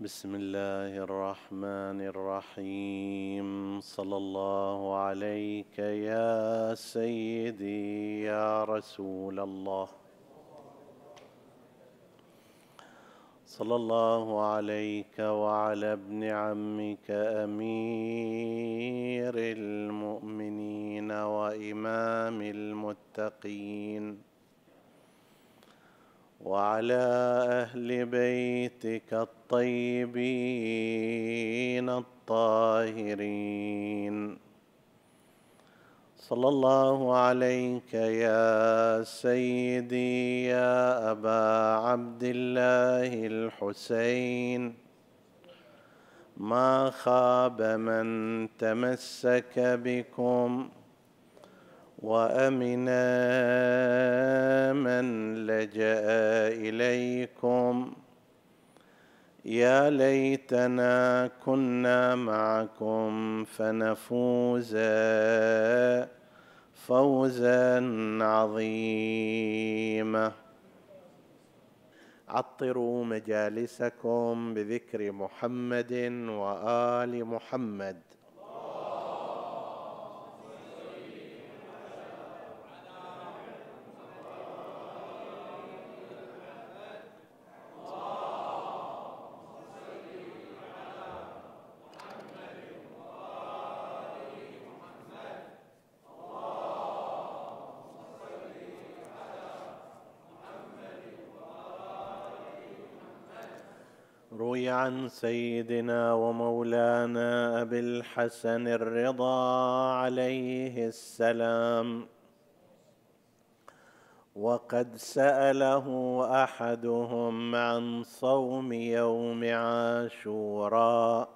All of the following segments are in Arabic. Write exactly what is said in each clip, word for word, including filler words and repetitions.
بسم الله الرحمن الرحيم. صلى الله عليك يا سيدي يا رسول الله. صلى الله عليك وعلى ابن عمك أمير المؤمنين وإمام المتقين، وعلى أهل بيتك الطيبين الطاهرين. صلى الله عليك يا سيدي يا أبا عبد الله الحسين. ما خاب من تمسك بكم، وأمنا من لجأ إليكم. يا ليتنا كنا معكم فنفوز فوزا عظيما. عطروا مجالسكم بذكر محمد وآل محمد. روي عن سيدنا ومولانا أبي الحسن الرضا عليه السلام، وقد سأله أحدهم عن صوم يوم عاشوراء،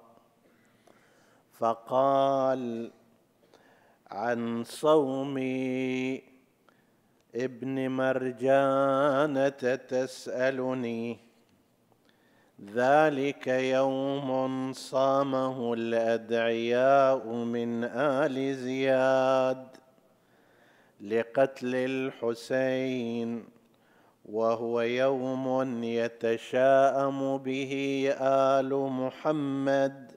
فقال: عن صوم ابن مرجانة تسألني؟ ذلك يوم صامه الأدعياء من آل زياد لقتل الحسين، وهو يوم يتشاءم به آل محمد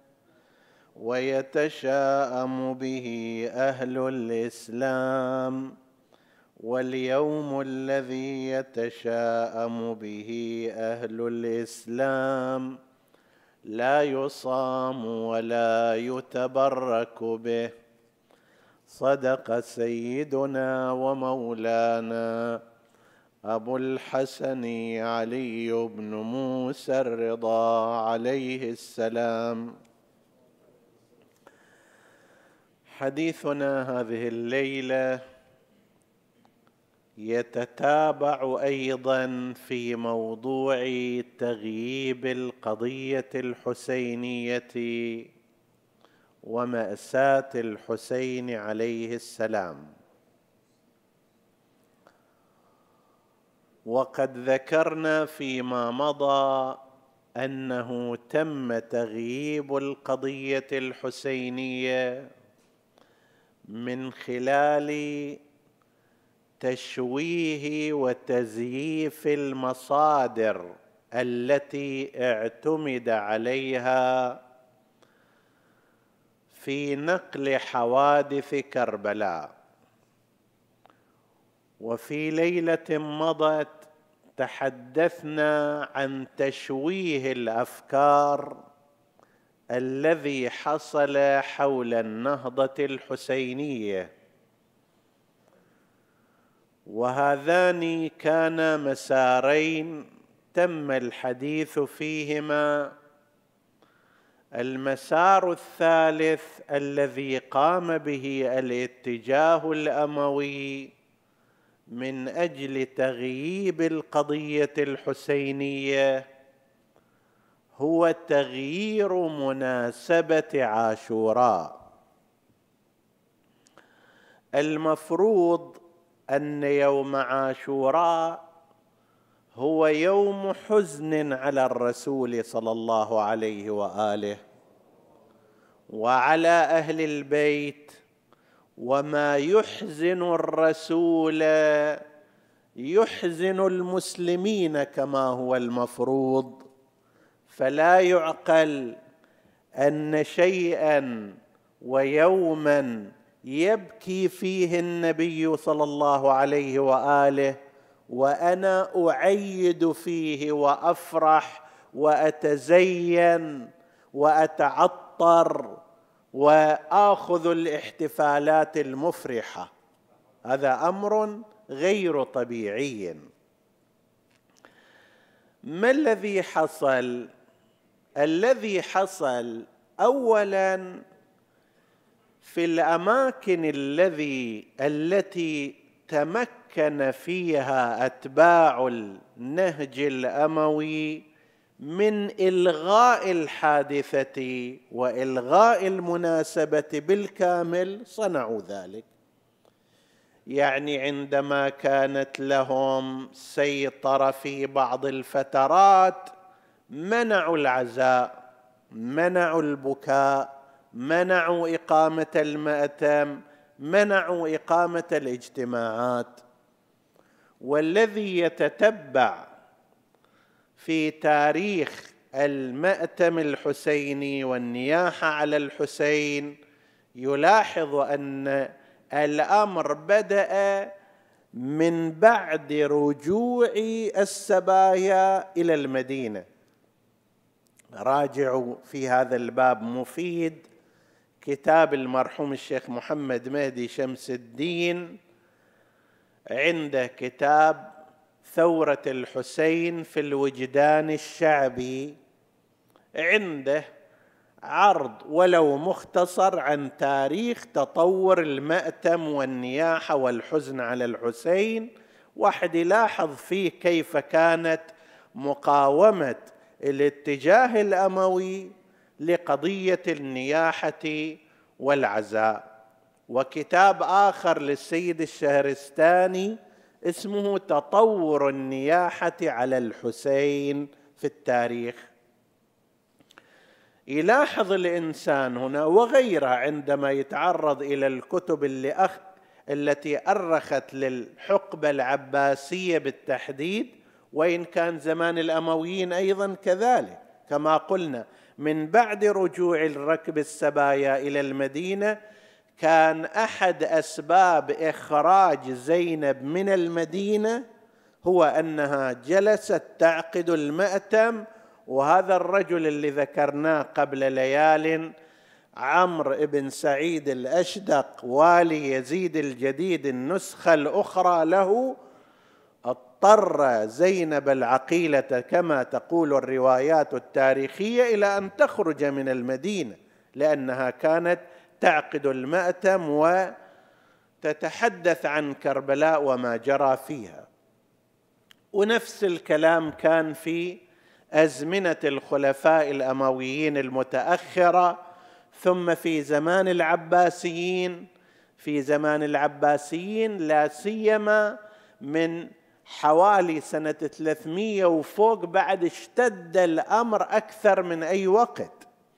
ويتشاءم به أهل الإسلام، واليوم الذي يتشاءم به أهل الإسلام لا يصام ولا يتبرك به. صدق سيدنا ومولانا أبو الحسن علي بن موسى الرضا عليه السلام. حديثنا هذه الليلة يتتابع أيضا في موضوع تغييب القضية الحسينية ومأساة الحسين عليه السلام. وقد ذكرنا فيما مضى أنه تم تغييب القضية الحسينية من خلال تشويه وتزييف المصادر التي اعتمد عليها في نقل حوادث كربلاء. وفي ليلة مضت تحدثنا عن تشويه الأفكار الذي حصل حول النهضة الحسينية، وهذان كانا مسارين تم الحديث فيهما. المسار الثالث الذي قام به الاتجاه الأموي من أجل تغييب القضية الحسينية هو تغيير مناسبة عاشوراء. المفروض أن يوم عاشوراء هو يوم حزن على الرسول صلى الله عليه وآله وعلى أهل البيت، وما يحزن الرسول يحزن المسلمين كما هو المفروض، فلا يعقل أن شيئا ويوما يبكي فيه النبي صلى الله عليه وآله وأنا أعيد فيه وأفرح وأتزين وأتعطر وآخذ الاحتفالات المفرحة. هذا أمر غير طبيعي. ما الذي حصل؟ الذي حصل أولاً في الأماكن الذي التي تمكن فيها أتباع النهج الأموي من إلغاء الحادثة وإلغاء المناسبة بالكامل صنعوا ذلك. يعني عندما كانت لهم سيطرة في بعض الفترات منعوا العزاء، منعوا البكاء، منعوا إقامة المأتم، منعوا إقامة الاجتماعات. والذي يتتبع في تاريخ المأتم الحسيني والنياحة على الحسين يلاحظ أن الأمر بدأ من بعد رجوع السبايا إلى المدينة. راجعوا في هذا الباب مفيد كتاب المرحوم الشيخ محمد مهدي شمس الدين، عنده كتاب ثورة الحسين في الوجدان الشعبي، عنده عرض ولو مختصر عن تاريخ تطور المأتم والنياحة والحزن على الحسين. واحد يلاحظ فيه كيف كانت مقاومة الاتجاه الأموي لقضية النياحة والعزاء. وكتاب آخر للسيد الشهرستاني اسمه تطور النياحة على الحسين في التاريخ. يلاحظ الإنسان هنا وغيره عندما يتعرض إلى الكتب اللي أخ... التي أرخت للحقبة العباسية بالتحديد، وإن كان زمان الأمويين أيضا كذلك كما قلنا. من بعد رجوع الركب السبايا إلى المدينة كان أحد أسباب إخراج زينب من المدينة هو أنها جلست تعقد المأتم، وهذا الرجل اللي ذكرناه قبل ليال عمرو بن سعيد الأشدق والي يزيد الجديد النسخة الأخرى له، اضطر زينب العقيلة كما تقول الروايات التاريخية إلى أن تخرج من المدينة لأنها كانت تعقد المأتم وتتحدث عن كربلاء وما جرى فيها. ونفس الكلام كان في أزمنة الخلفاء الأمويين المتأخرة، ثم في زمان العباسيين. في زمان العباسيين لا سيما من حوالي سنة ثلاثمئة وفوق بعد اشتد الأمر أكثر من أي وقت،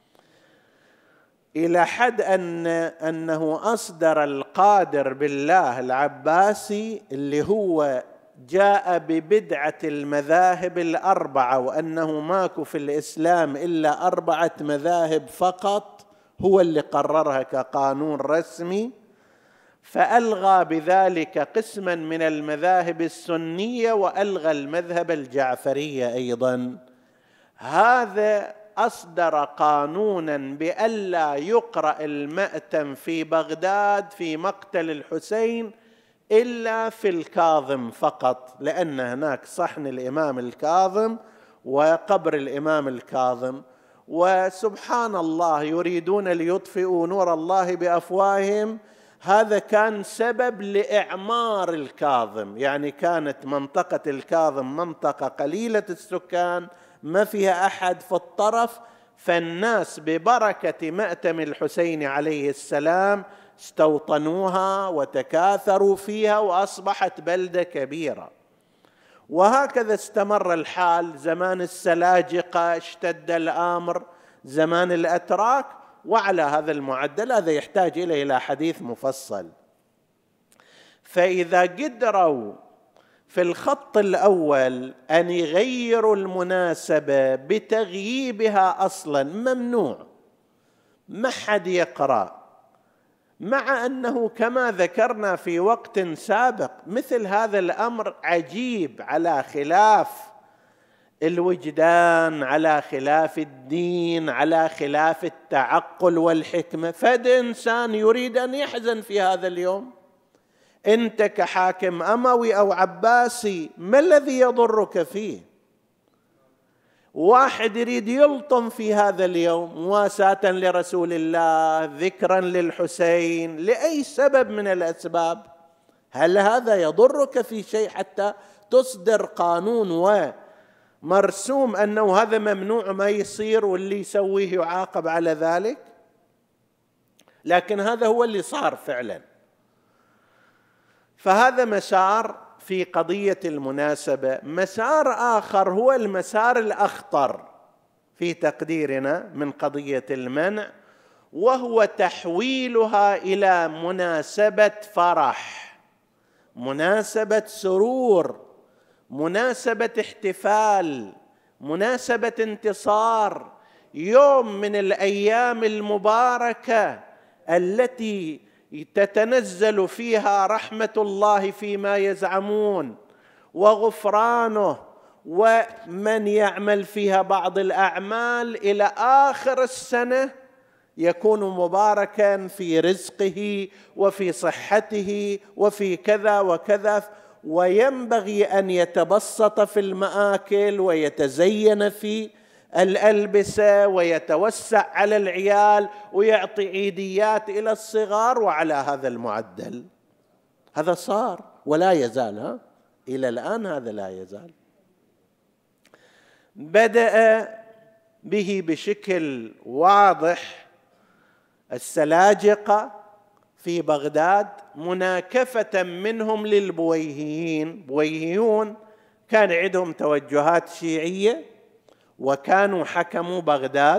إلى حد أن أنه أصدر القادر بالله العباسي اللي هو جاء ببدعة المذاهب الأربعة، وأنه ماكو في الإسلام إلا أربعة مذاهب فقط، هو اللي قررها كقانون رسمي، فألغى بذلك قسما من المذاهب السنية وألغى المذهب الجعفري أيضا. هذا أصدر قانونا بألا يقرأ المأتم في بغداد في مقتل الحسين إلا في الكاظم فقط، لأن هناك صحن الإمام الكاظم وقبر الإمام الكاظم. وسبحان الله يريدون ليطفئوا نور الله بأفواههم. هذا كان سبب لإعمار الكاظم، يعني كانت منطقة الكاظم منطقة قليلة السكان ما فيها أحد في الطرف، فالناس ببركة مأتم الحسين عليه السلام استوطنوها وتكاثروا فيها وأصبحت بلدة كبيرة. وهكذا استمر الحال. زمان السلاجقة اشتد الأمر، زمان الأتراك، وعلى هذا المعدل هذا يحتاج إلى حديث مفصل. فإذا قدروا في الخط الأول أن يغيروا المناسبة بتغييبها أصلا ممنوع، ما حد يقرأ، مع أنه كما ذكرنا في وقت سابق مثل هذا الأمر عجيب، على خلاف الوجدان، على خلاف الدين، على خلاف التعقل والحكمة. فد إنسان يريد أن يحزن في هذا اليوم، أنت كحاكم أموي أو عباسي ما الذي يضرك فيه؟ واحد يريد يلطم في هذا اليوم مواساة لرسول الله، ذكرا للحسين، لأي سبب من الأسباب، هل هذا يضرك في شيء حتى تصدر قانون ومرسوم أنه هذا ممنوع ما يصير واللي يسويه يعاقب على ذلك؟ لكن هذا هو اللي صار فعلا. فهذا مسار في قضية المناسبة. مسار آخر هو المسار الأخطر في تقديرنا من قضية المنع، وهو تحويلها إلى مناسبة فرح، مناسبة سرور، مناسبة احتفال، مناسبة انتصار، يوم من الأيام المباركة التي تتنزل فيها رحمة الله فيما يزعمون وغفرانه، ومن يعمل فيها بعض الأعمال إلى آخر السنة يكون مباركا في رزقه وفي صحته وفي كذا وكذا، وينبغي أن يتبسط في المآكل ويتزين في الألبسة ويتوسع على العيال ويعطي عيديات إلى الصغار، وعلى هذا المعدل. هذا صار ولا يزال، ها؟ إلى الآن هذا لا يزال. بدأ به بشكل واضح السلاجقة في بغداد مناكفة منهم للبويهيين. بويهيون كان عندهم توجهات شيعية وكانوا حكموا بغداد.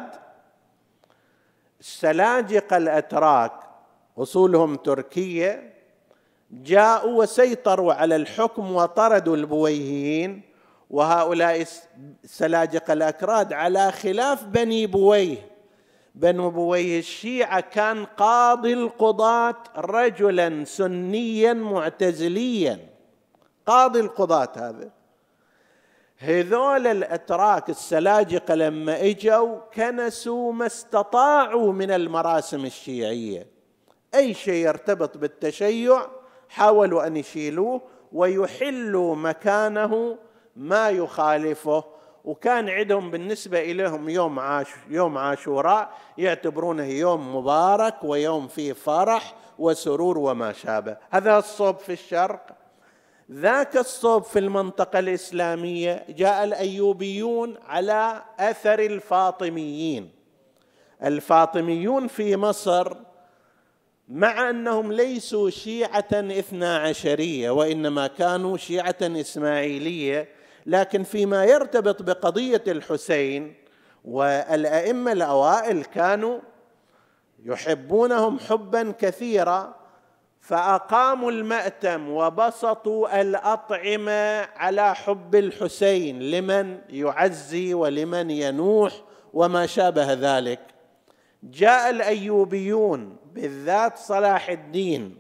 السلاجقة الأتراك أصولهم تركية جاءوا وسيطروا على الحكم وطردوا البويهيين، وهؤلاء السلاجقة الأكراد على خلاف بني بويه. بنو بويه الشيعة كان قاضي القضاة رجلا سنيا معتزليا، قاضي القضاة هذا. هذول الأتراك السلاجقة لما اجوا كنسوا ما استطاعوا من المراسم الشيعية، أي شيء يرتبط بالتشيع حاولوا أن يشيلوه ويحلوا مكانه ما يخالفه. وكان عندهم بالنسبة إليهم يوم عاش يوم عاشوراء يعتبرونه يوم مبارك ويوم فيه فرح وسرور وما شابه. هذا الصوب في الشرق. ذاك الصوب في المنطقة الإسلامية جاء الأيوبيون على أثر الفاطميين. الفاطميون في مصر مع أنهم ليسوا شيعة اثنا عشرية وإنما كانوا شيعة إسماعيلية، لكن فيما يرتبط بقضية الحسين والأئمة الأوائل كانوا يحبونهم حبا كثيرا، فأقاموا المأتم وبسطوا الأطعمة على حب الحسين لمن يعزي ولمن ينوح وما شابه ذلك. جاء الأيوبيون بالذات صلاح الدين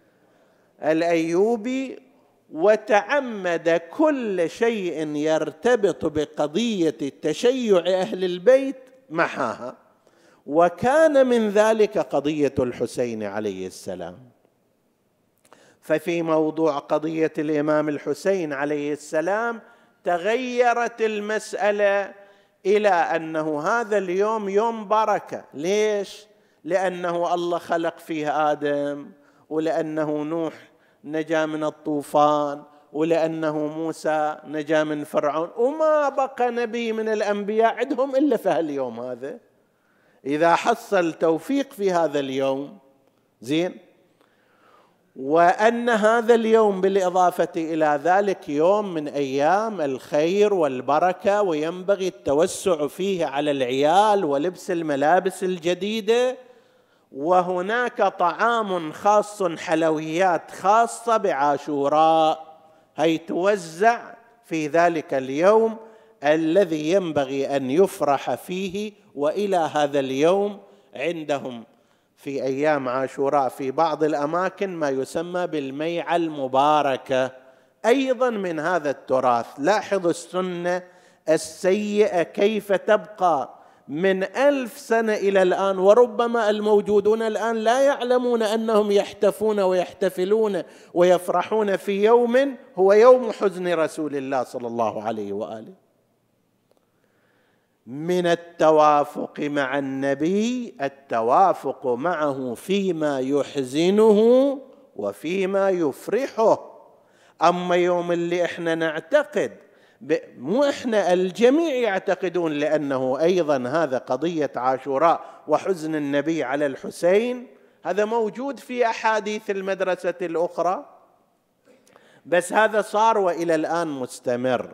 الأيوبي وتعمد كل شيء يرتبط بقضية تشيع أهل البيت محاها، وكان من ذلك قضية الحسين عليه السلام. ففي موضوع قضية الإمام الحسين عليه السلام تغيرت المسألة إلى أنه هذا اليوم يوم بركة. ليش؟ لأنه الله خلق فيه آدم، ولأنه نوح نجا من الطوفان، ولأنه موسى نجا من فرعون، وما بقى نبي من الأنبياء عندهم إلا في هاليوم هذا. إذا حصل توفيق في هذا اليوم زين. وأن هذا اليوم بالإضافة إلى ذلك يوم من أيام الخير والبركة، وينبغي التوسع فيه على العيال ولبس الملابس الجديدة، وهناك طعام خاص حلويات خاصة بعاشوراء هي توزع في ذلك اليوم الذي ينبغي أن يفرح فيه. وإلى هذا اليوم عندهم في أيام عاشوراء في بعض الأماكن ما يسمى بالميعة المباركة، أيضا من هذا التراث. لاحظوا السنة السيئة كيف تبقى من ألف سنة إلى الآن، وربما الموجودون الآن لا يعلمون أنهم يحتفون ويحتفلون ويفرحون في يوم هو يوم حزن رسول الله صلى الله عليه وآله. من التوافق مع النبي التوافق معه فيما يحزنه وفيما يفرحه. أما يوم اللي احنا نعتقد، مو احنا، الجميع يعتقدون، لأنه أيضا هذا قضية عاشوراء وحزن النبي على الحسين، هذا موجود في أحاديث المدرسة الأخرى، بس هذا صار وإلى الآن مستمر.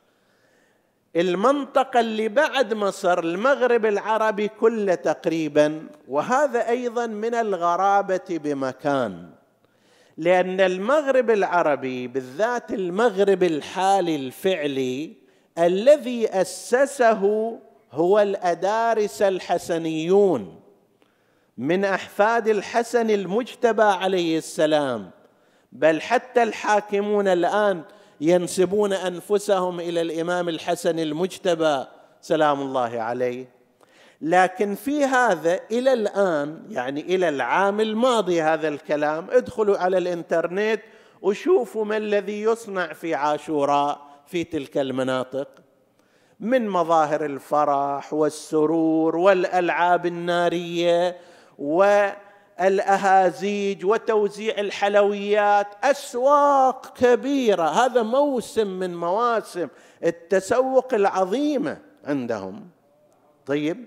المنطقة اللي بعد مصر، المغرب العربي كله تقريبا، وهذا أيضا من الغرابة بمكان، لأن المغرب العربي بالذات المغرب الحالي الفعلي الذي أسسه هو الأدارس الحسنيون من أحفاد الحسن المجتبى عليه السلام، بل حتى الحاكمون الآن ينسبون أنفسهم إلى الإمام الحسن المجتبى سلام الله عليه. لكن في هذا إلى الآن، يعني إلى العام الماضي هذا الكلام، ادخلوا على الإنترنت وشوفوا ما الذي يصنع في عاشوراء في تلك المناطق من مظاهر الفرح والسرور والألعاب النارية والأهازيج وتوزيع الحلويات، أسواق كبيرة. هذا موسم من مواسم التسوق العظيمة عندهم. طيب،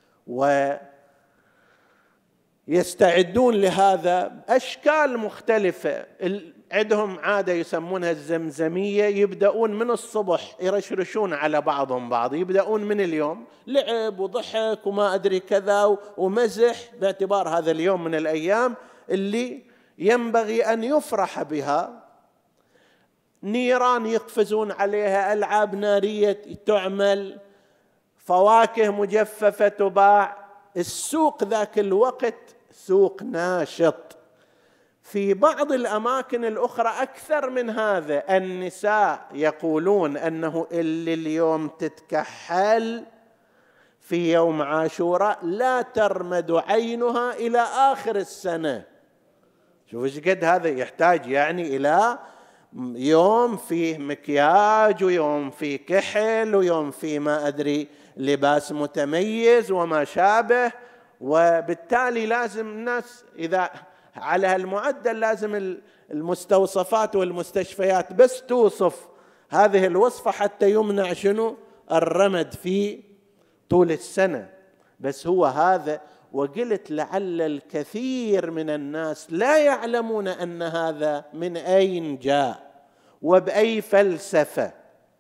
ويستعدون لهذا أشكال مختلفة. عندهم عادة يسمونها الزمزمية، يبدأون من الصبح يرشرشون على بعضهم بعض، يبدأون من اليوم لعب وضحك وما أدري كذا ومزح، باعتبار هذا اليوم من الأيام اللي ينبغي أن يفرح بها. نيران يقفزون عليها، ألعاب نارية تعمل، فواكه مجففة تباع. السوق ذاك الوقت سوق ناشط. في بعض الأماكن الأخرى أكثر من هذا، النساء يقولون أنه اللي اليوم تتكحل في يوم عاشوراء لا ترمد عينها إلى آخر السنة. شوف ايش قد هذا يحتاج يعني إلى يوم فيه مكياج ويوم فيه كحل ويوم فيه ما أدري لباس متميز وما شابه. وبالتالي لازم الناس إذا على هالمعدل لازم المستوصفات والمستشفيات بس توصف هذه الوصفة حتى يمنع شنو الرمد في طول السنة. بس هو هذا، وقلت لعل الكثير من الناس لا يعلمون أن هذا من أين جاء وبأي فلسفة.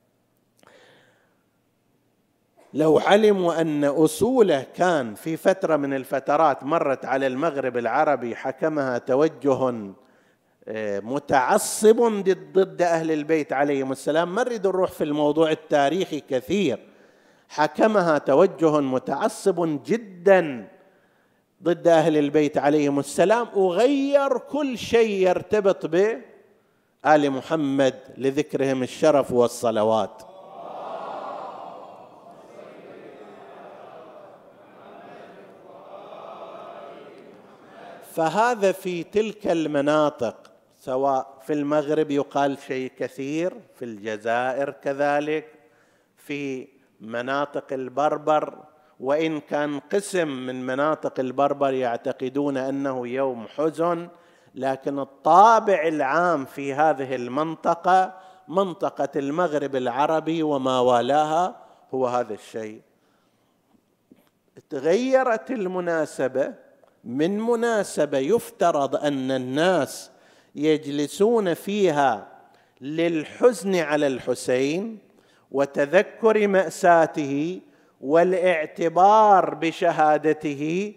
لو علموا أن أصوله كان في فترة من الفترات مرت على المغرب العربي حكمها توجه متعصب ضد أهل البيت عليهم السلام، ما نريد نروح في الموضوع التاريخي كثير، حكمها توجه متعصب جدا ضد أهل البيت عليهم السلام، وغير كل شيء يرتبط بآل محمد لذكرهم الشرف والصلوات. فهذا في تلك المناطق، سواء في المغرب يقال شيء كثير، في الجزائر كذلك، في مناطق البربر، وإن كان قسم من مناطق البربر يعتقدون أنه يوم حزن، لكن الطابع العام في هذه المنطقة، منطقة المغرب العربي وما والاها، هو هذا الشيء. تغيرت المناسبة من مناسبة يفترض أن الناس يجلسون فيها للحزن على الحسين وتذكر مأساته والاعتبار بشهادته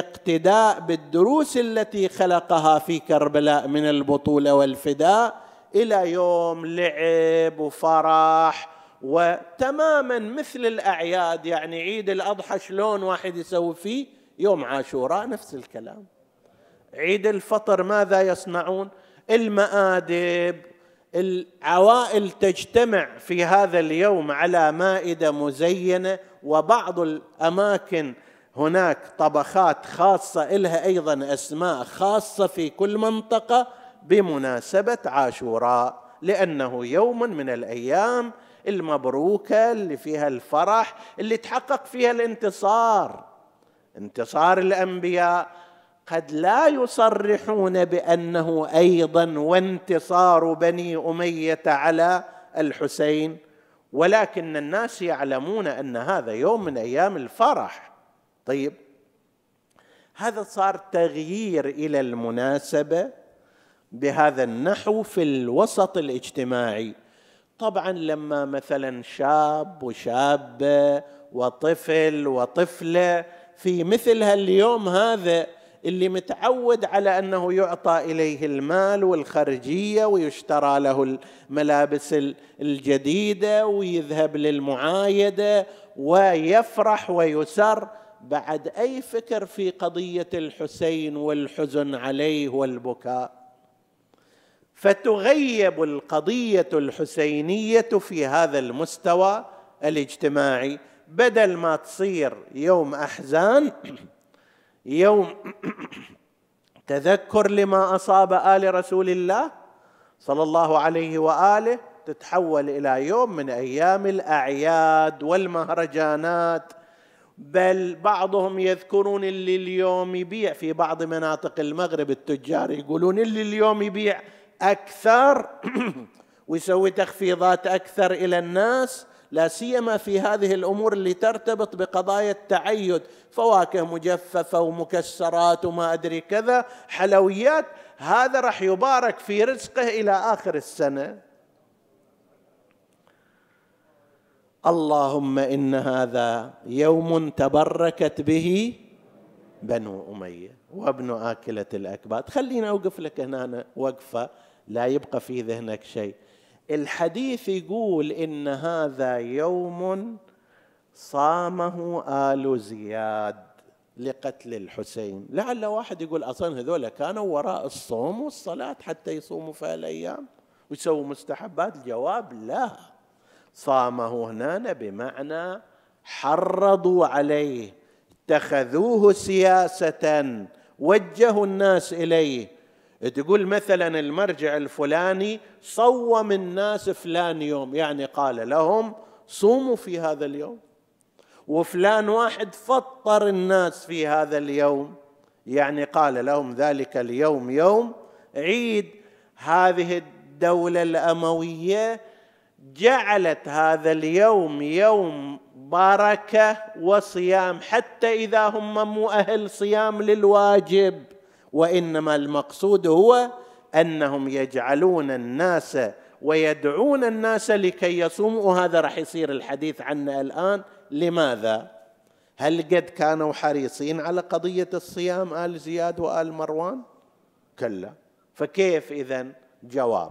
والاقتداء بالدروس التي خلقها في كربلاء من البطولة والفداء، إلى يوم لعب وفرح، وتماما مثل الأعياد. يعني عيد الأضحى شلون واحد يسوي فيه، يوم عاشوراء نفس الكلام. عيد الفطر ماذا يصنعون؟ المآدب، العوائل تجتمع في هذا اليوم على مائدة مزينة، وبعض الأماكن هناك طبخات خاصة لها أيضا أسماء خاصة في كل منطقة بمناسبة عاشوراء، لأنه يوم من الأيام المبروكة اللي فيها الفرح، اللي تحقق فيها الانتصار، انتصار الأنبياء. قد لا يصرحون بأنه أيضا وانتصار بني أمية على الحسين، ولكن الناس يعلمون أن هذا يوم من أيام الفرح. طيب، هذا صار تغيير إلى المناسبة بهذا النحو في الوسط الاجتماعي. طبعا لما مثلا شاب وشابة وطفل وطفلة في مثل هاليوم هذا اللي متعود على أنه يعطى إليه المال والخرجية ويشترى له الملابس الجديدة ويذهب للمعايدة ويفرح ويسر، بعد أي فكر في قضية الحسين والحزن عليه والبكاء. فتغيب القضية الحسينية في هذا المستوى الاجتماعي، بدل ما تصير يوم أحزان، يوم تذكر لما أصاب آل رسول الله صلى الله عليه وآله، تتحول إلى يوم من أيام الأعياد والمهرجانات. بل بعضهم يذكرون اللي اليوم يبيع في بعض مناطق المغرب، التجار يقولون اللي اليوم يبيع أكثر ويسوي تخفيضات أكثر إلى الناس، لا سيما في هذه الأمور اللي ترتبط بقضايا التعيد، فواكه مجففة ومكسرات وما أدري كذا، حلويات، هذا رح يبارك في رزقه إلى آخر السنة. اللهم إن هذا يوم تبركت به بنو أمية وابن آكلة الأكباد. خلينا أوقف لك هنا وقفة لا يبقى في ذهنك شيء. الحديث يقول إن هذا يوم صامه آل زياد لقتل الحسين. لعل واحد يقول أصلا هذول كانوا وراء الصوم والصلاة حتى يصوموا في الأيام ويسووا مستحبات. الجواب لا، صامه هنا بمعنى حرضوا عليه، اتخذوه سياسة، وجهوا الناس إليه. تقول مثلا المرجع الفلاني صوم الناس فلان يوم، يعني قال لهم صوموا في هذا اليوم، وفلان واحد فطر الناس في هذا اليوم، يعني قال لهم ذلك اليوم يوم عيد. هذه الدولة الأموية جعلت هذا اليوم يوم بركة وصيام، حتى إذا هم مو أهل صيام للواجب، وإنما المقصود هو أنهم يجعلون الناس ويدعون الناس لكي يصوموا. وهذا رح يصير الحديث عنه الآن. لماذا؟ هل قد كانوا حريصين على قضية الصيام آل زياد وآل مروان؟ كلا. فكيف إذن؟ جواب.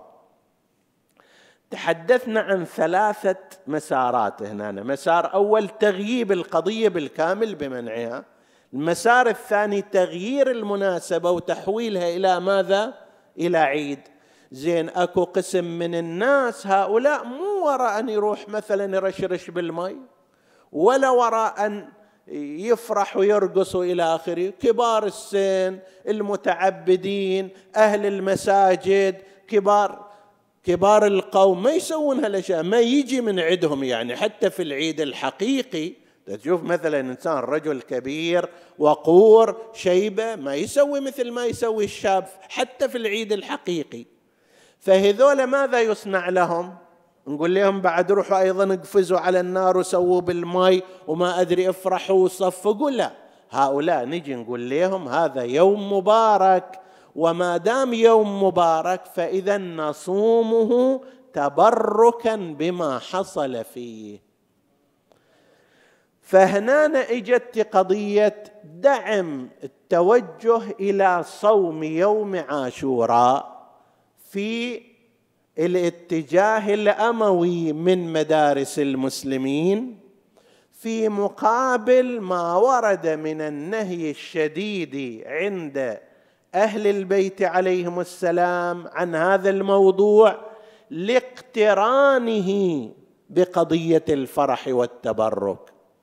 تحدثنا عن ثلاثة مسارات هنا. مسار أول تغييب القضية بالكامل بمنعها. المسار الثاني تغيير المناسبة وتحويلها إلى ماذا؟ إلى عيد. زين، أكو قسم من الناس هؤلاء مو وراء أن يروح مثلا يرشرش بالماء، ولا وراء أن يفرح ويرقص إلى آخره، كبار السن، المتعبدين، أهل المساجد، كبار كبار القوم ما يسوون هالأشياء، ما يجي من عندهم. يعني حتى في العيد الحقيقي تشوف مثلا إنسان رجل كبير وقور شيبة ما يسوي مثل ما يسوي الشاب حتى في العيد الحقيقي. فهذول ماذا يصنع لهم؟ نقول لهم بعد روحوا أيضا اقفزوا على النار وسووا بالماء وما أدري افرحوا وصفقوا. لا، هؤلاء نجي نقول لهم هذا يوم مبارك، وما دام يوم مبارك فإذا نصومه تبركا بما حصل فيه. فهنا اجت قضية دعم التوجه إلى صوم يوم عاشوراء في الاتجاه الأموي من مدارس المسلمين، في مقابل ما ورد من النهي الشديد عند أهل البيت عليهم السلام عن هذا الموضوع لاقترانه بقضية الفرح والتبرك.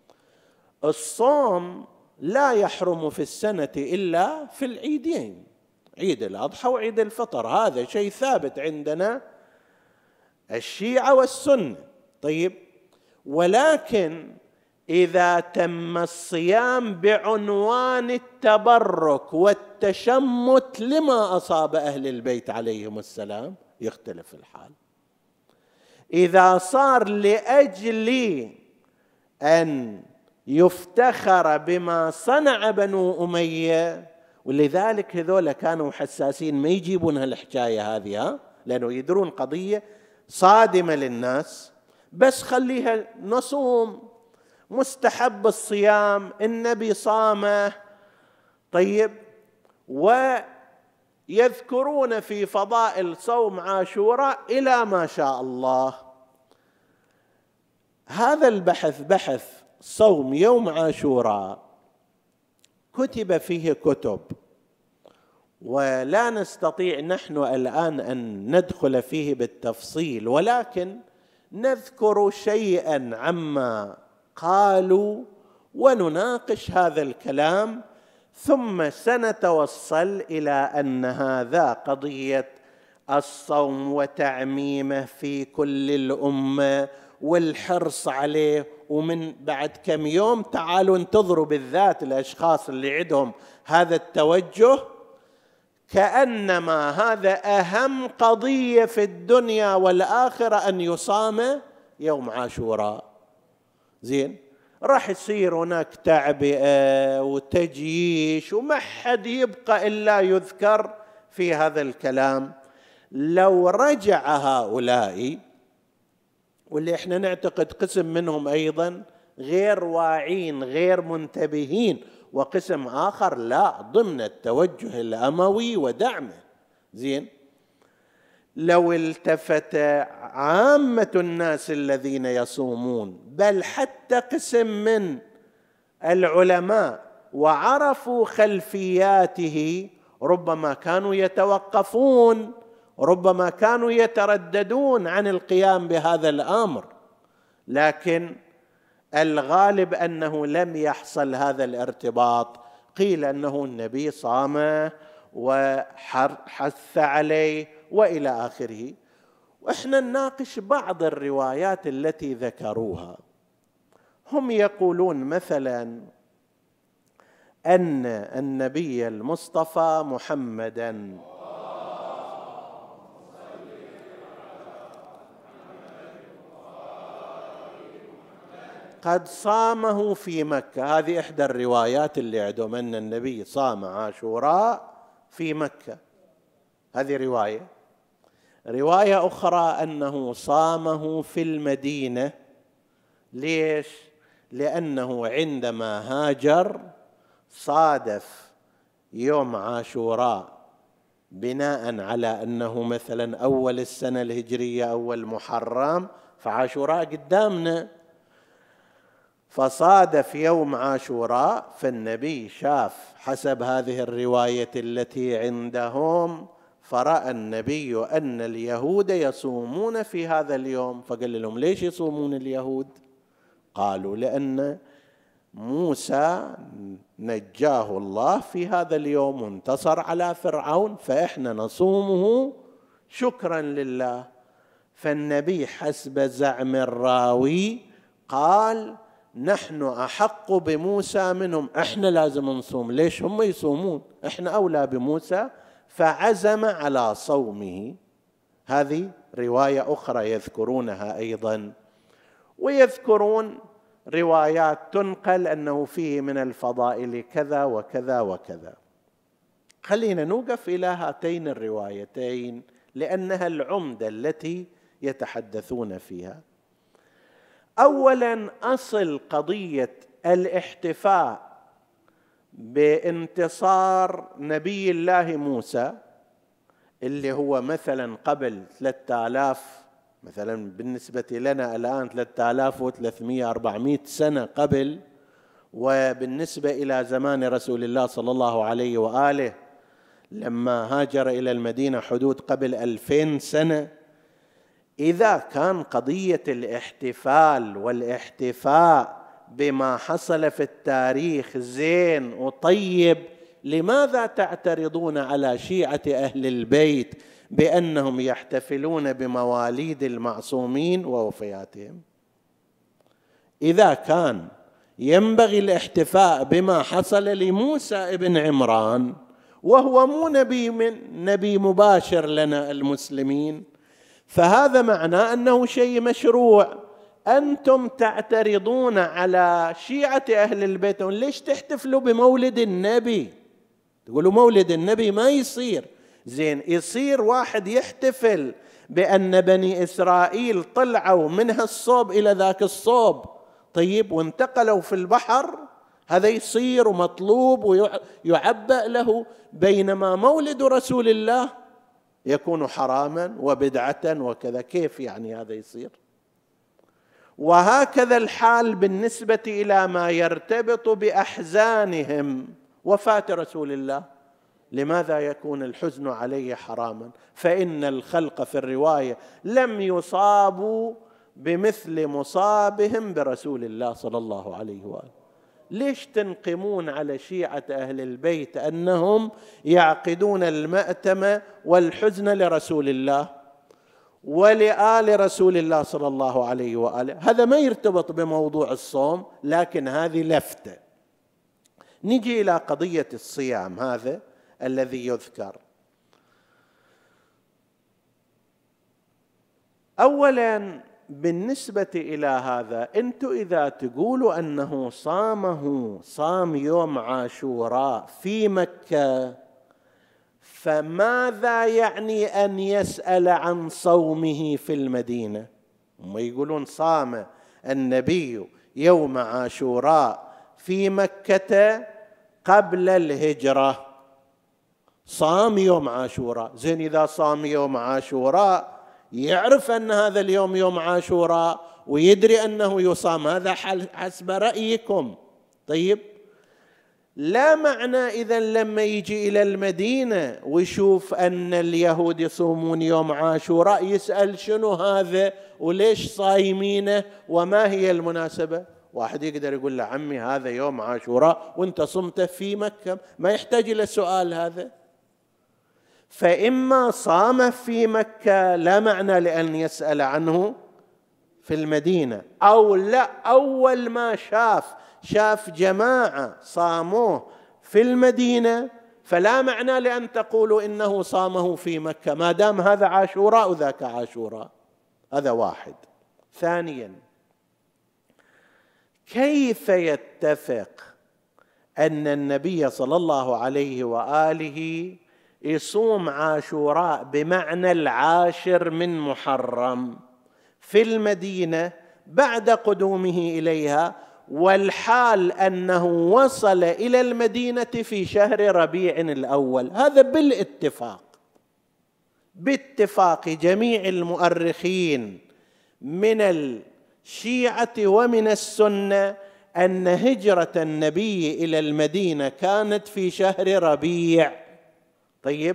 الصوم لا يحرم في السنة إلا في العيدين، عيد الأضحى وعيد الفطر، هذا شيء ثابت عندنا الشيعة والسنة. طيب، ولكن إذا تم الصيام بعنوان التبرك والتشمت لما أصاب أهل البيت عليهم السلام يختلف الحال. إذا صار لأجل أن يفتخر بما صنع بنو أمية، ولذلك هذول كانوا حساسين ما يجيبون هالحكاية هذه، لأنه يدرون قضية صادمة للناس، بس خليها نصوم، مستحب الصيام، النبي صامه. طيب، ويذكرون في فضائل صوم عاشوراء إلى ما شاء الله. هذا البحث، بحث صوم يوم عاشوراء، كتب فيه كتب، ولا نستطيع نحن الآن أن ندخل فيه بالتفصيل، ولكن نذكر شيئا عما قالوا ونناقش هذا الكلام، ثم سنتوصل إلى أن هذا قضية الصوم وتعميمه في كل الأمة والحرص عليه، ومن بعد كم يوم تعالوا انتظروا بالذات الأشخاص اللي عندهم هذا التوجه كأنما هذا أهم قضية في الدنيا والآخرة أن يصام يوم عاشوراء. زين، راح يصير هناك تعبئة وتجييش وما حد يبقى إلا يذكر في هذا الكلام. لو رجع هؤلاء، واللي احنا نعتقد قسم منهم أيضا غير واعين غير منتبهين، وقسم آخر لا، ضمن التوجه الأموي ودعمه، زين، لو التفت عامة الناس الذين يصومون، بل حتى قسم من العلماء، وعرفوا خلفياته، ربما كانوا يتوقفون، ربما كانوا يترددون عن القيام بهذا الأمر، لكن الغالب أنه لم يحصل هذا الارتباط. قيل أنه النبي صام وحث عليه وإلى آخره. وإحنا نناقش بعض الروايات التي ذكروها. هم يقولون مثلا أن النبي المصطفى محمداً قد صامه في مكة. هذه إحدى الروايات اللي عندهم، أن النبي صام عاشوراء في مكة، هذه رواية. رواية أخرى أنه صامه في المدينة. ليش؟ لأنه عندما هاجر صادف يوم عاشوراء بناء على أنه مثلا أول السنة الهجرية، أول محرم، فعاشوراء قدامنا، فصادف يوم عاشوراء، فالنبي شاف حسب هذه الرواية التي عندهم، فرأى النبي أن اليهود يصومون في هذا اليوم، فقال لهم ليش يصومون اليهود؟ قالوا لأن موسى نجاه الله في هذا اليوم وانتصر على فرعون، فإحنا نصومه شكرا لله. فالنبي حسب زعم الراوي قال نحن أحق بموسى منهم، إحنا لازم نصوم، ليش هم يصومون؟ إحنا أولى بموسى، فعزم على صومه. هذه رواية أخرى يذكرونها أيضا. ويذكرون روايات تنقل أنه فيه من الفضائل كذا وكذا وكذا. خلينا نوقف إلى هاتين الروايتين لأنها العمدة التي يتحدثون فيها. أولا، أصل قضية الاحتفاء بانتصار نبي الله موسى اللي هو مثلا قبل ثلاثة آلاف، مثلا بالنسبة لنا الآن ثلاثة آلاف وثلاثمئة أربعمئة سنة قبل، وبالنسبة إلى زمان رسول الله صلى الله عليه وآله لما هاجر إلى المدينة حدود قبل ألفين سنة، إذا كان قضية الاحتفال والاحتفاء بما حصل في التاريخ زين وطيب، لماذا تعترضون على شيعة أهل البيت بأنهم يحتفلون بمواليد المعصومين ووفياتهم؟ إذا كان ينبغي الاحتفاء بما حصل لموسى ابن عمران، وهو مو نبي من نبي مباشر لنا المسلمين، فهذا معناه أنه شيء مشروع. أنتم تعترضون على شيعة أهل البيت، ليش تحتفلوا بمولد النبي؟ تقولوا مولد النبي ما يصير. زين، يصير واحد يحتفل بأن بني إسرائيل طلعوا من هالصوب إلى ذاك الصوب، طيب، وانتقلوا في البحر، هذا يصير ومطلوب ويعبأ له، بينما مولد رسول الله يكون حراما وبدعة وكذا. كيف يعني هذا يصير؟ وهكذا الحال بالنسبة إلى ما يرتبط بأحزانهم، وفاة رسول الله، لماذا يكون الحزن عليه حراما؟ فإن الخلق في الرواية لم يصابوا بمثل مصابهم برسول الله صلى الله عليه وآله. ليش تنقمون على شيعة أهل البيت أنهم يعقدون المأتم والحزن لرسول الله ولآل رسول الله صلى الله عليه وآله؟ هذا ما يرتبط بموضوع الصوم، لكن هذه لفتة. نجي إلى قضية الصيام هذا الذي يذكر. أولاً بالنسبة إلى هذا، أنتم إذا تقولوا أنه صامه صام يوم عاشوراء في مكة، فماذا يعني أن يسأل عن صومه في المدينة؟ هم يقولون صام النبي يوم عاشوراء في مكة قبل الهجرة، صام يوم عاشوراء. زين، إذا صام يوم عاشوراء يعرف أن هذا اليوم يوم عاشوراء ويدري أنه يصام، هذا حسب رأيكم. طيب، لا معنى إذن لما يجي إلى المدينة ويشوف أن اليهود يصومون يوم عاشوراء يسأل شنو هذا وليش صايمينه وما هي المناسبة؟ واحد يقدر يقول له عمي هذا يوم عاشوراء وانت صمته في مكة، ما يحتاج إلى السؤال هذا. فإما صام في مكة لا معنى لأن يسأل عنه في المدينة، أو لا، أول ما شاف شاف جماعة صاموه في المدينة فلا معنى لأن تقولوا إنه صامه في مكة، ما دام هذا عاشوراء وذاك عاشوراء. هذا واحد. ثانيا، كيف يتفق أن النبي صلى الله عليه وآله يصوم عاشوراء بمعنى العاشر من محرم في المدينة بعد قدومه إليها، والحال أنه وصل إلى المدينة في شهر ربيع الأول؟ هذا بالاتفاق باتفاق جميع المؤرخين من الشيعة ومن السنة أن هجرة النبي إلى المدينة كانت في شهر ربيع. طيب،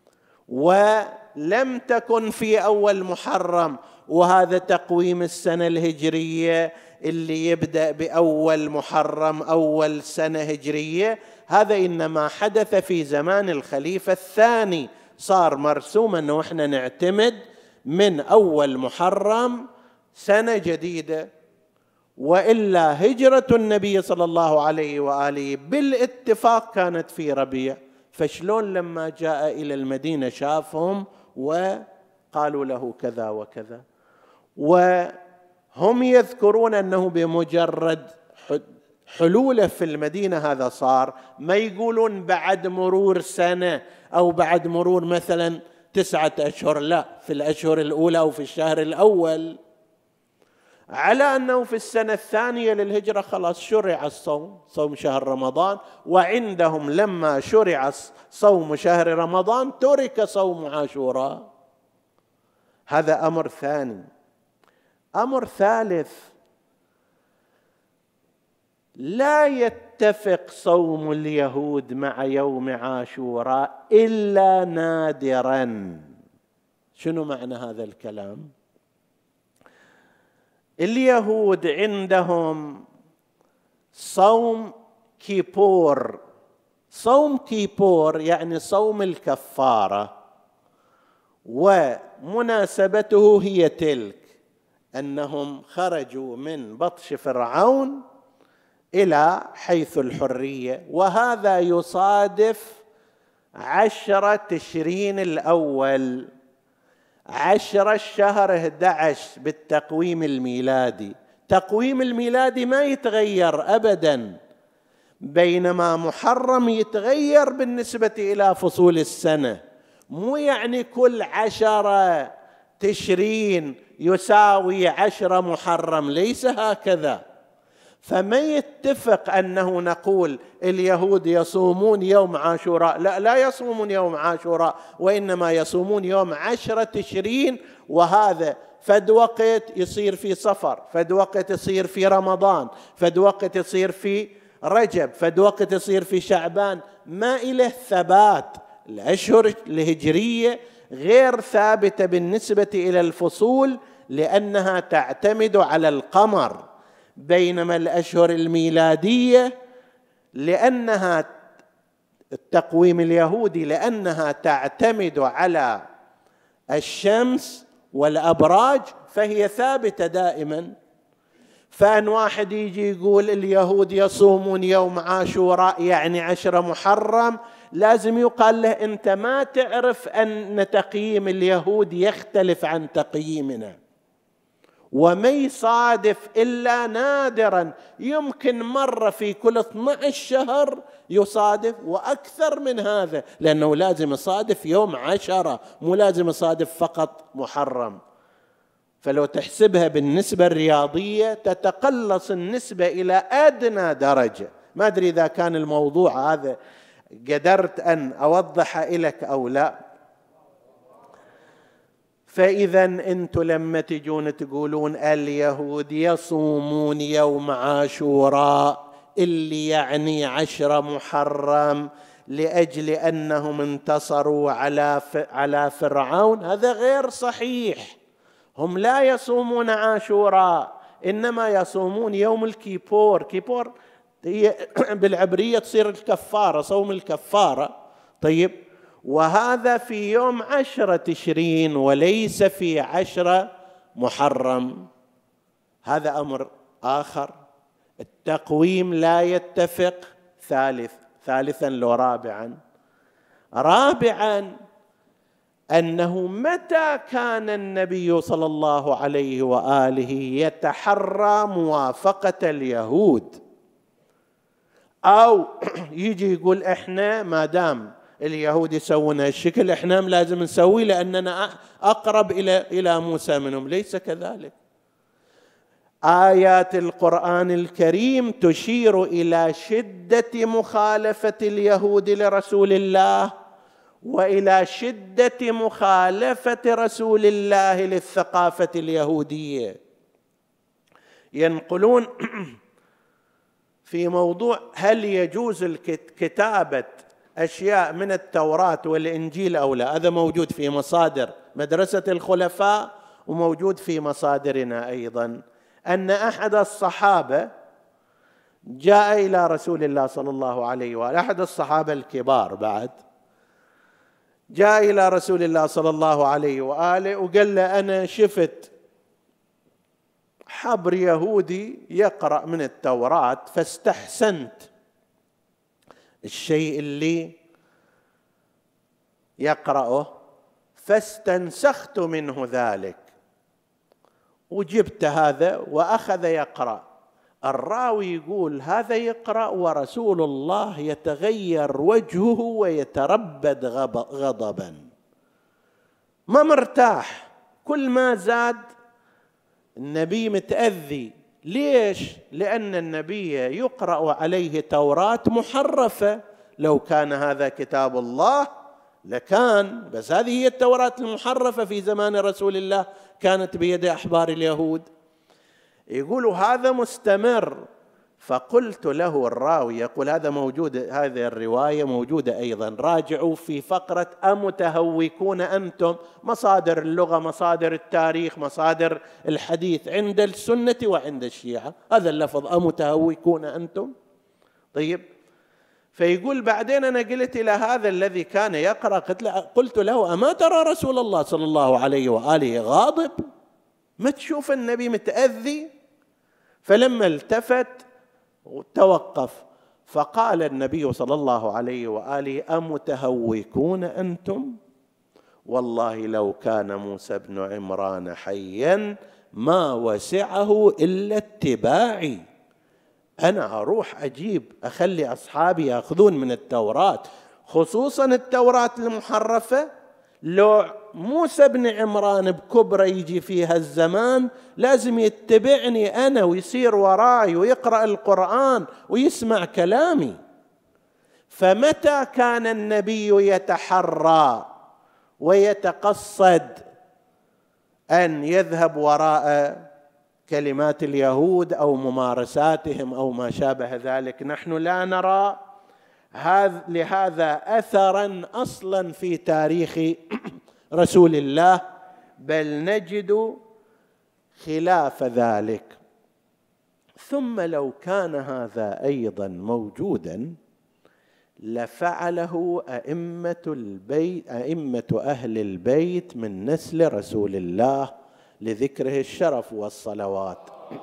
ولم تكن في أول محرم، وهذا تقويم السنة الهجرية اللي يبدأ بأول محرم أول سنة هجرية، هذا إنما حدث في زمان الخليفة الثاني، صار مرسوم أنه إحنا نعتمد من أول محرم سنة جديدة. وإلا هجرة النبي صلى الله عليه وآله بالاتفاق كانت في ربيع، فشلون لما جاء إلى المدينة شافهم وقالوا له كذا وكذا؟ وهم يذكرون أنه بمجرد حلوله في المدينة هذا صار، ما يقولون بعد مرور سنة أو بعد مرور مثلا تسعة أشهر، لا، في الأشهر الأولى أو في الشهر الأول. على أنه في السنة الثانية للهجرة خلاص شرع الصوم، صوم شهر رمضان، وعندهم لما شرع صوم شهر رمضان ترك صوم عاشوراء. هذا أمر ثاني. أمر ثالث، لا يتفق صوم اليهود مع يوم عاشوراء إلا نادراً. شنو معنى هذا الكلام؟ اليهود عندهم صوم كيبور. صوم كيبور يعني صوم الكفارة، ومناسبته هي تلك أنهم خرجوا من بطش فرعون إلى حيث الحرية، وهذا يصادف عشرة تشرين الأول، عشرة الشهر أحد عشر بالتقويم الميلادي. تقويم الميلادي ما يتغير أبدا، بينما محرم يتغير بالنسبة إلى فصول السنة. مو يعني كل عشرة تشرين يساوي عشرة محرم، ليس هكذا. فما يتفق أنه نقول اليهود يصومون يوم عاشوراء، لا، لا يصومون يوم عاشوراء، وإنما يصومون يوم عشرة تشرين، وهذا فد وقت يصير في صفر، فد وقت يصير في رمضان، فد وقت يصير في رجب، فد وقت يصير في شعبان، ما إله ثبات. الأشهر الهجرية غير ثابتة بالنسبة إلى الفصول لأنها تعتمد على القمر، بينما الأشهر الميلادية لأنها التقويم اليهودي لأنها تعتمد على الشمس والأبراج فهي ثابتة دائما. فأن واحد يجي يقول اليهود يصومون يوم عاشوراء يعني عشرة محرم، لازم يقال له أنت ما تعرف أن تقييم اليهود يختلف عن تقييمنا، وما يصادف إلا نادرا، يمكن مرة في كل اثني عشر شهر يصادف، وأكثر من هذا، لأنه لازم يصادف يوم عشرة، مو لازم يصادف فقط محرم. فلو تحسبها بالنسبة الرياضية تتقلص النسبة إلى أدنى درجة. ما أدري إذا كان الموضوع هذا قدرت أن أوضح لك أو لا. فإذا أنتم لما تجون تقولون اليهود يصومون يوم عاشوراء اللي يعني عشرة محرم لأجل أنهم انتصروا على على فرعون، هذا غير صحيح. هم لا يصومون عاشوراء، إنما يصومون يوم الكيبور. كيبور هي بالعبرية تصير الكفارة، صوم الكفارة. طيب، وهذا في يوم عشرة تشرين وليس في عشرة محرم. هذا أمر آخر. التقويم لا يتفق. ثالث ثالثا لو رابعا رابعا أنه متى كان النبي صلى الله عليه وآله يتحرى موافقة اليهود، أو يجي يقول إحنا ما دام اليهود يسوون هالشكل إحنا لازم نسوي لأننا أقرب إلى إلى موسى منهم، ليس كذلك. آيات القرآن الكريم تشير إلى شدة مخالفة اليهود لرسول الله، وإلى شدة مخالفة رسول الله للثقافة اليهودية. ينقلون في موضوع هل يجوز كتابة أشياء من التوراة والإنجيل أو لا، هذا موجود في مصادر مدرسة الخلفاء وموجود في مصادرنا أيضا، أن أحد الصحابة جاء إلى رسول الله صلى الله عليه وآله، أحد الصحابة الكبار بعد، جاء إلى رسول الله صلى الله عليه وآله وقال له أنا شفت حبر يهودي يقرأ من التوراة فاستحسنت الشيء اللي يقرأه فاستنسخت منه ذلك، وجبت هذا وأخذ يقرأ. الراوي يقول هذا يقرأ ورسول الله يتغير وجهه ويتربد غضبا، ما مرتاح، كل ما زاد النبي متأذي. ليش؟ لأن النبي يقرأ عليه توراة محرفة. لو كان هذا كتاب الله لكان، بس هذه هي التوراة المحرفة في زمان رسول الله، كانت بيد أحبار اليهود. يقولوا هذا مستمر. فقلت له الراوي يقول هذا موجود، هذه الرواية موجودة أيضا، راجعوا في فقرة أمتهوكون أنتم، مصادر اللغة، مصادر التاريخ، مصادر الحديث عند السنة وعند الشيعة، هذا اللفظ أمتهوكون أنتم. طيب، فيقول بعدين أنا قلت إلى هذا الذي كان يقرأ، قلت له أما ترى رسول الله صلى الله عليه وآله غاضب؟ ما تشوف النبي متأذي؟ فلما التفت وتوقف فقال النبي صلى الله عليه وآله أمتهوكون أنتم؟ والله لو كان موسى بن عمران حيا ما وسعه إلا اتباعي. أنا أروح أجيب أخلي أصحابي يأخذون من التوراة، خصوصا التوراة المحرفة. لو موسى بن عمران بكبرى يجي فيها الزمان لازم يتبعني أنا ويصير وراي ويقرأ القرآن ويسمع كلامي. فمتى كان النبي يتحرى ويتقصد أن يذهب وراء كلمات اليهود أو ممارساتهم أو ما شابه ذلك؟ نحن لا نرى هذا لهذا أثرا أصلا في تاريخ رسول الله، بل نجد خلاف ذلك. ثم لو كان هذا أيضا موجودا لفعله أئمة البيت، أئمة أهل البيت من نسل رسول الله لذكره الشرف والصلوات.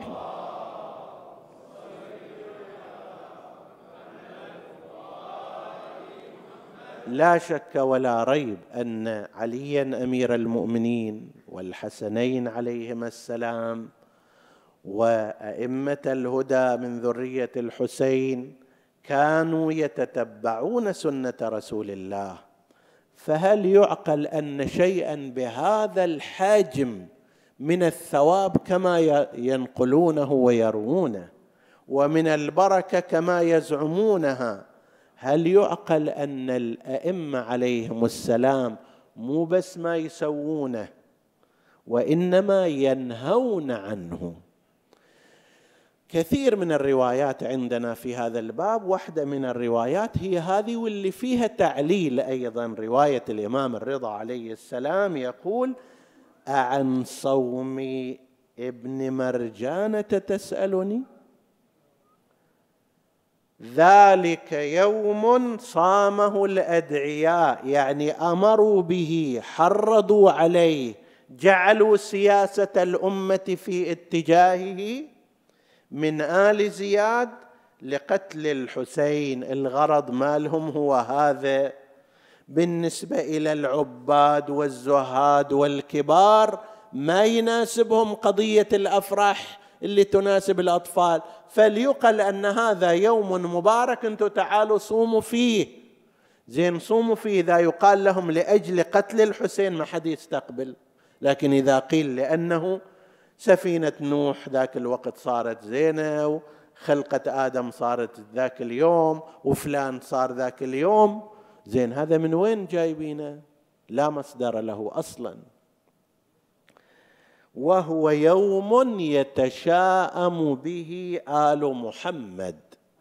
لا شك ولا ريب أن عليا أمير المؤمنين والحسنين عليهما السلام وأئمة الهدى من ذرية الحسين كانوا يتتبعون سنة رسول الله. فهل يعقل أن شيئا بهذا الحجم من الثواب كما ينقلونه ويروونه ومن البركة كما يزعمونها، هل يعقل أن الأئمة عليهم السلام مو بس ما يسوونه وإنما ينهون عنه؟ كثير من الروايات عندنا في هذا الباب، واحدة من الروايات هي هذه واللي فيها تعليل أيضا، رواية الإمام الرضا عليه السلام يقول: أعن صوم ابن مرجانة تسألني؟ ذلك يوم صامه الأدعياء، يعني أمروا به، حرضوا عليه، جعلوا سياسة الأمة في اتجاهه من آل زياد لقتل الحسين. الغرض مالهم هو هذا. بالنسبة إلى العباد والزهاد والكبار ما يناسبهم قضية الأفراح اللي تناسب الأطفال، فليقل أن هذا يوم مبارك أنتم تعالوا صوموا فيه. زين، صوموا فيه إذا يقال لهم لأجل قتل الحسين ما حد يستقبل، لكن إذا قيل لأنه سفينة نوح ذاك الوقت صارت زينة، وخلقة آدم صارت ذاك اليوم، وفلان صار ذاك اليوم، زين هذا من وين جايبينه؟ لا مصدر له أصلا. وهو يوم يتشاءم به آل محمد.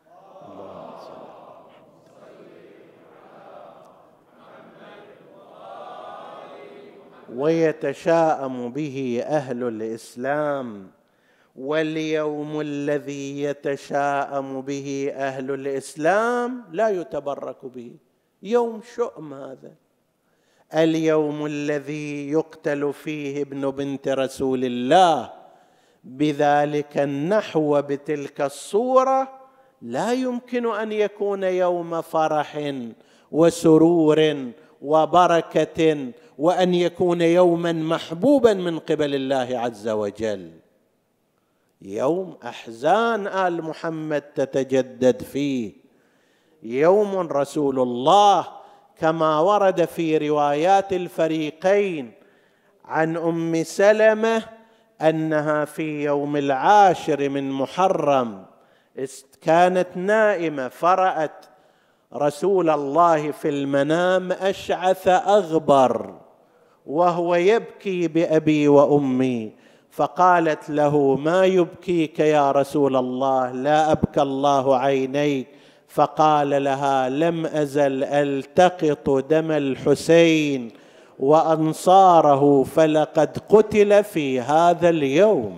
ويتشاءم به أهل الإسلام. واليوم الذي يتشاءم به أهل الإسلام لا يتبرك به، يوم شؤم هذا. اليوم الذي يقتل فيه ابن بنت رسول الله بذلك النحو بتلك الصورة لا يمكن أن يكون يوم فرح وسرور وبركة، وأن يكون يوما محبوبا من قبل الله عز وجل. يوم أحزان آل محمد تتجدد فيه، يوم رسول الله كما ورد في روايات الفريقين عن أم سلمة أنها في يوم العاشر من محرم كانت نائمة فرأت رسول الله في المنام أشعث أغبر وهو يبكي بأبي وأمي، فقالت له: ما يبكيك يا رسول الله؟ لا أبكى الله عينيك. فقال لها: لم أزل ألتقط دم الحسين وأنصاره، فلقد قتل في هذا اليوم.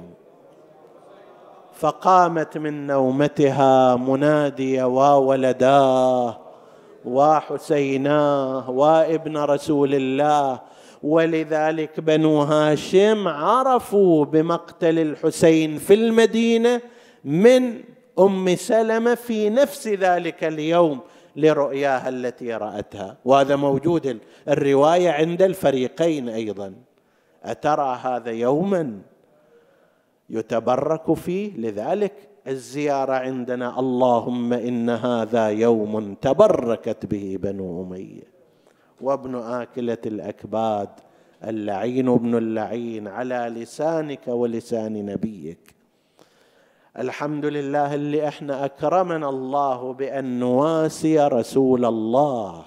فقامت من نومتها منادية: وولداه وحسيناه وابن رسول الله. ولذلك بنو هاشم عرفوا بمقتل الحسين في المدينة من أم سلمة في نفس ذلك اليوم لرؤياها التي رأتها، وهذا موجود الرواية عند الفريقين أيضا. أترى هذا يوما يتبرك فيه؟ لذلك الزيارة عندنا: اللهم إن هذا يوم تبركت به بنو أمية. وابن آكلة الأكباد اللعين ابن اللعين على لسانك ولسان نبيك. الحمد لله اللي احنا أكرمنا الله بأن نواسي رسول الله،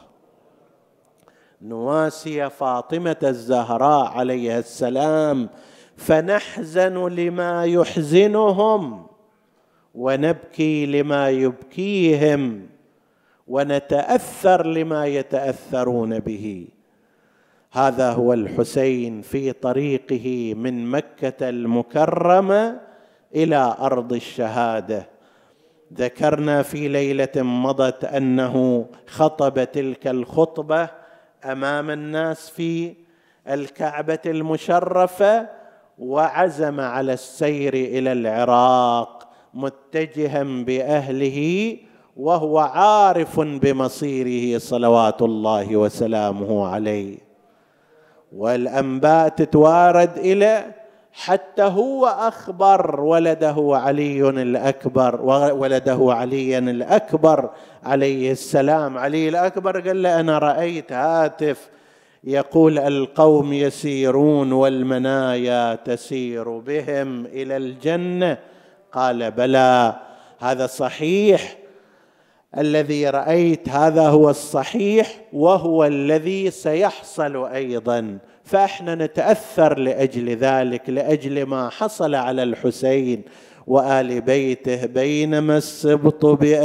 نواسي فاطمة الزهراء عليها السلام، فنحزن لما يحزنهم ونبكي لما يبكيهم ونتأثر لما يتأثرون به. هذا هو الحسين في طريقه من مكة المكرمة إلى أرض الشهادة. ذكرنا في ليلة مضت أنه خطب تلك الخطبة أمام الناس في الكعبة المشرفة، وعزم على السير إلى العراق متجها بأهله وهو عارف بمصيره صلوات الله وسلامه عليه. والأنباء تتوارد إلى حتى هو أخبر ولده علي الأكبر ولده عليا الأكبر عليه السلام. علي الأكبر قال له: أنا رأيت هاتف يقول القوم يسيرون والمنايا تسير بهم إلى الجنة. قال: بلى، هذا صحيح، الذي رأيت هذا هو الصحيح وهو الذي سيحصل أيضا. فإحنا نتأثر لأجل ذلك، لأجل ما حصل على الحسين وآل بيته بينما السبط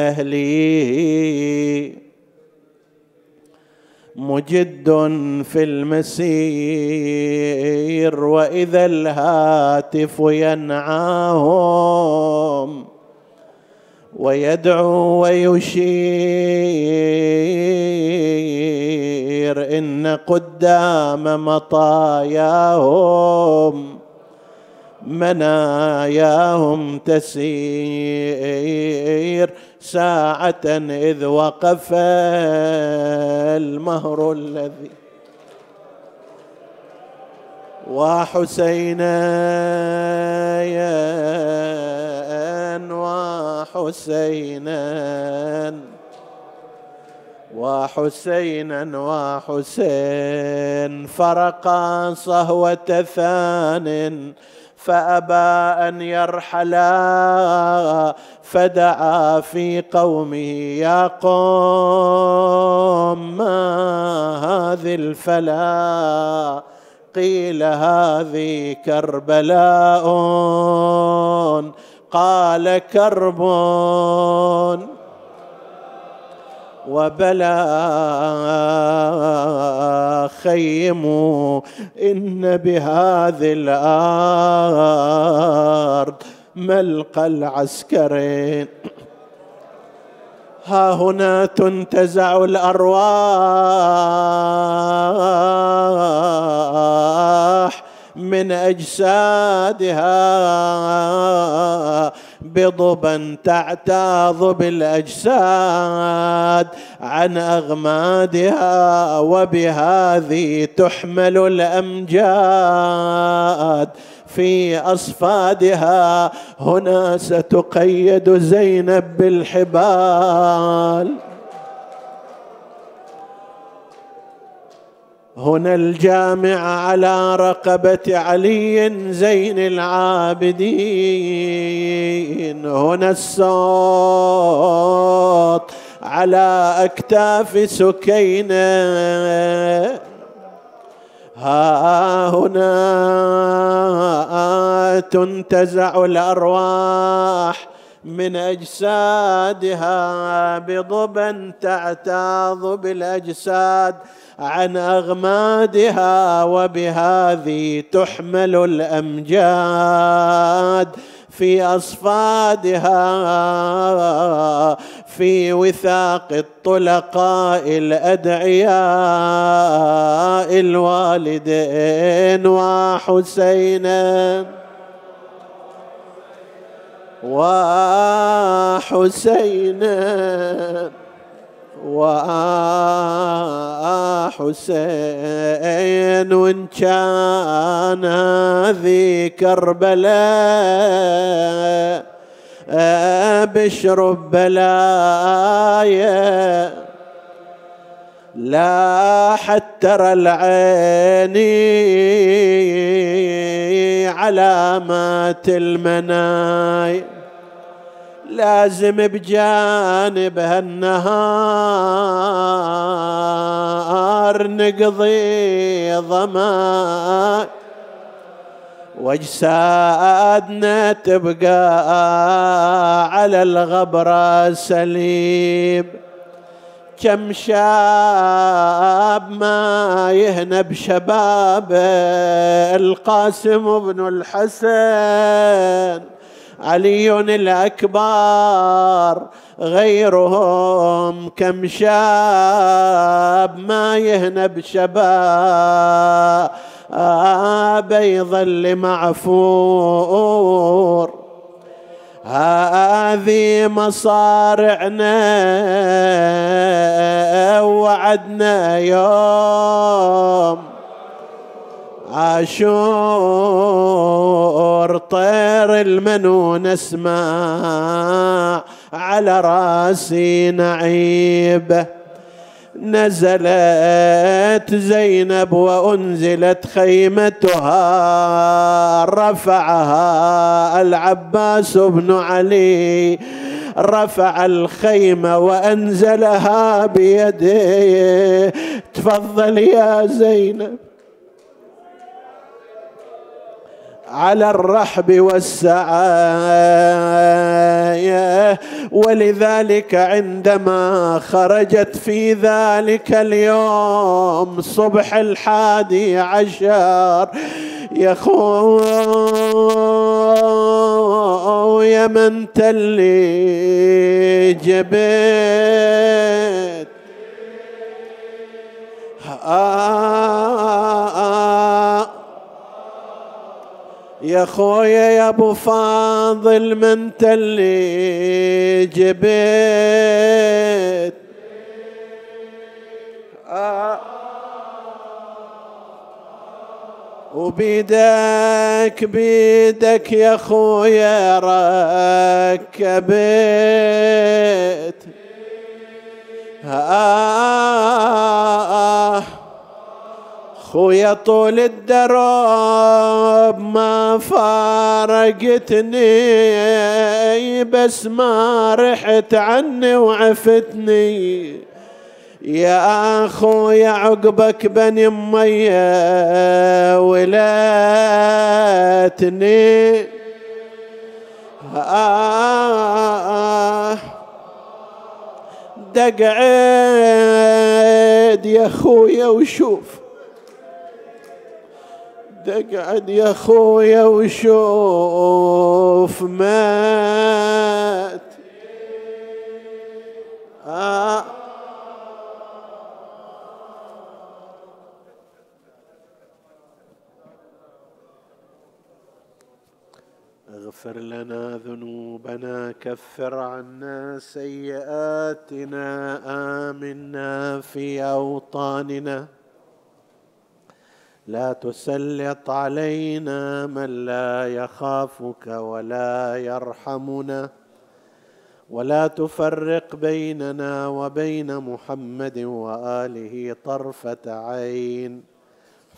بأهله مجد في المسير، وإذا الهاتف ينعاهم ويدعو ويشير إن قدام مطاياهم مناياهم تسير ساعة إذ وقف المهر الذي وحسينا وحسينا وحسينا وحسين فرقا صهوة ثان فأبى أن يرحلا فدعا في قومه يا قوم ما هذه الفلا قيل هذه كربلاء قال كرب وبلا خيموا إن بهذه الأرض ملقى العسكرين ها هنا تنتزع الأرواح من أجسادها بضبا تعتاض بالأجساد عن أغمادها وبهذه تحمل الأمجاد في أصفادها هنا ستقيد زينب بالحبال هنا الجامع على رقبة علي زين العابدين، هنا الصوت على أكتاف سكينة، ها هنا تنتزع الأرواح من أجسادها بضبا تعتاض بالأجساد عن أغمادها، وبهذه تحمل الأمجاد في أصفادها في وثاق الطلقاء الأدعياء الوالدين وحسينا وحسينا وحسين، وإن كان هذه كربلاء بشر بلايا لا حتر العين علامات المناي، لازم بجانبها النهار نقضي ظما، واجسادنا تبقى على الغبرة سليم. كم شاب ما يهنى بشبابه، القاسم بن الحسن علي الأكبر غيرهم، كم شاب ما يهنى بشباب يظل معفور. هذه مصارعنا وعدنا يوم عاشور، طير المنون اسمع على راسي نعيب. نزلت زينب وأنزلت خيمتها، رفعها العباس بن علي، رفع الخيمة وأنزلها بيده. تفضل يا زينب على الرحب والسعاية. ولذلك عندما خرجت في ذلك اليوم صبح الحادي عشر، يا خويا من تلي جبت آه يا خويا يا ابو فاضل من تلي جبت آه وبيدك بيدك يا خويا ركبت آه خويا طول الدرب ما فارقتني، بس ما رحت عني وعفتني. يا خويا عقبك بني امية ولاتني آه دقعد يا خويا وشوف، دقعد يا خويا وشوف مات آه اغفر لنا ذنوبنا، كفر عنا سيئاتنا، آمنا في أوطاننا، لا تسلط علينا من لا يخافك ولا يرحمنا، ولا تفرق بيننا وبين محمد وآله طرفة عين.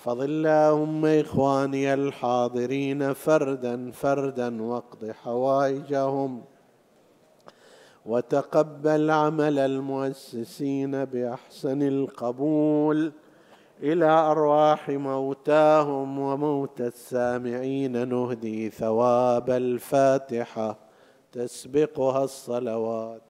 احفظ اللهم إخواني الحاضرين فردا فردا واقض حوائجهم، وتقبل عمل المؤسسين بأحسن القبول إلى أرواح موتاهم وموتى السامعين نهدي ثواب الفاتحة تسبقها الصلوات.